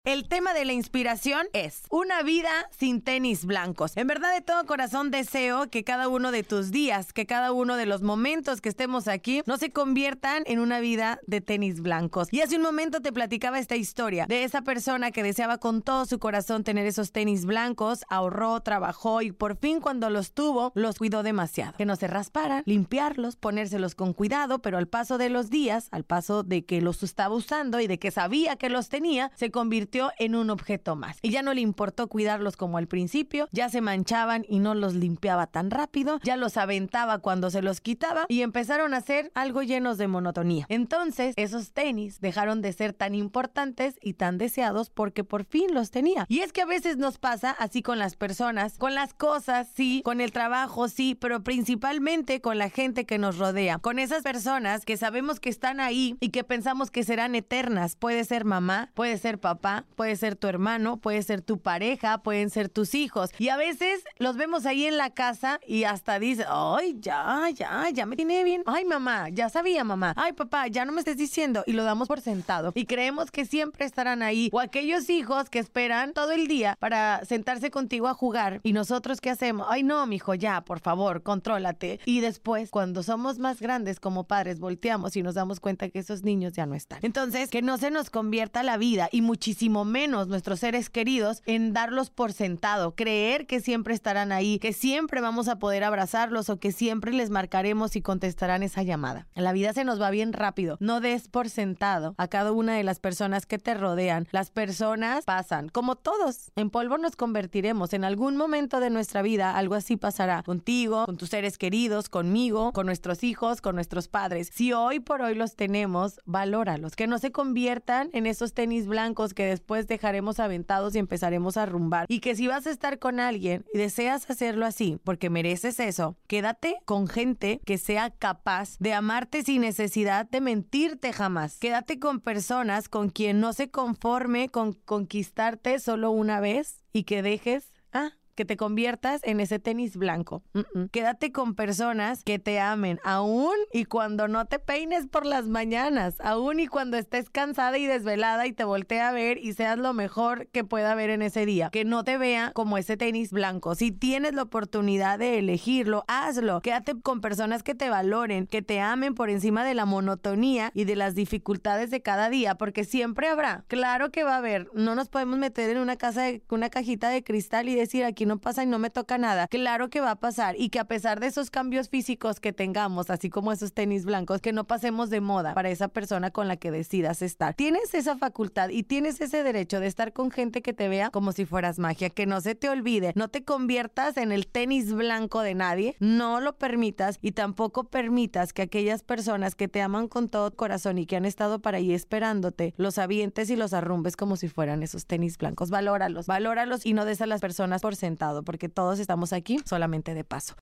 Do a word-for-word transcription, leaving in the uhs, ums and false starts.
El tema de la inspiración es una vida sin tenis blancos. En verdad, de todo corazón deseo que cada uno de tus días, que cada uno de los momentos que estemos aquí, no se conviertan en una vida de tenis blancos. Y hace un momento te platicaba esta historia de esa persona que deseaba con todo su corazón tener esos tenis blancos, ahorró, trabajó y por fin cuando los tuvo, los cuidó demasiado. Que no se rasparan, limpiarlos, ponérselos con cuidado, pero al paso de los días, al paso de que los estaba usando y de que sabía que los tenía, se convirtió en un objeto más. Y ya no le importó cuidarlos como al principio, ya se manchaban y no los limpiaba tan rápido, ya los aventaba cuando se los quitaba y empezaron a ser algo llenos de monotonía. Entonces, esos tenis dejaron de ser tan importantes y tan deseados porque por fin los tenía. Y es que a veces nos pasa así con las personas, con las cosas, sí, con el trabajo, sí, pero principalmente con la gente que nos rodea, con esas personas que sabemos que están ahí y que pensamos que serán eternas. Puede ser mamá, puede ser papá, puede ser tu hermano, puede ser tu pareja, pueden ser tus hijos. Y a veces los vemos ahí en la casa y hasta dices, ay, ya, ya, ya me tiene bien. Ay, mamá, ya sabía, mamá. Ay, papá, ya no me estés diciendo. Y lo damos por sentado. Y creemos que siempre estarán ahí. O aquellos hijos que esperan todo el día para sentarse contigo a jugar. Y nosotros, ¿qué hacemos? Ay, no, mijo, ya, por favor, contrólate. Y después, cuando somos más grandes como padres, volteamos y nos damos cuenta que esos niños ya no están. Entonces, que no se nos convierta la vida y muchísimo menos nuestros seres queridos en darlos por sentado, creer que siempre estarán ahí, que siempre vamos a poder abrazarlos o que siempre les marcaremos y contestarán esa llamada. La vida se nos va bien rápido. No des por sentado a cada una de las personas que te rodean. Las personas pasan, como todos. En polvo nos convertiremos. En algún momento de nuestra vida algo así pasará contigo, con tus seres queridos, conmigo, con nuestros hijos, con nuestros padres. Si hoy por hoy los tenemos, valóralos. Que no se conviertan en esos tenis blancos que después dejaremos aventados y empezaremos a rumbar. Y que si vas a estar con alguien y deseas hacerlo así, porque mereces eso, quédate con gente que sea capaz de amarte sin necesidad de mentirte jamás. Quédate con personas con quien no se conforme con conquistarte solo una vez y que dejes, ah, que te conviertas en ese tenis blanco. Mm-mm. Quédate con personas que te amen, aún y cuando no te peines por las mañanas, aún y cuando estés cansada y desvelada y te voltee a ver y seas lo mejor que pueda haber en ese día. Que no te vea como ese tenis blanco. Si tienes la oportunidad de elegirlo, hazlo. Quédate con personas que te valoren, que te amen por encima de la monotonía y de las dificultades de cada día, porque siempre habrá. Claro que va a haber. No nos podemos meter en una casa de, una cajita de cristal y decir aquí no pasa y no me toca nada. Claro que va a pasar y que a pesar de esos cambios físicos que tengamos, así como esos tenis blancos, que no pasemos de moda para esa persona con la que decidas estar. Tienes esa facultad y tienes ese derecho de estar con gente que te vea como si fueras magia. Que no se te olvide, no te conviertas en el tenis blanco de nadie, no lo permitas y tampoco permitas que aquellas personas que te aman con todo corazón y que han estado para ahí esperándote, los avientes y los arrumbes como si fueran esos tenis blancos. Valóralos, valóralos y no des a las personas por sentado, porque todos estamos aquí solamente de paso.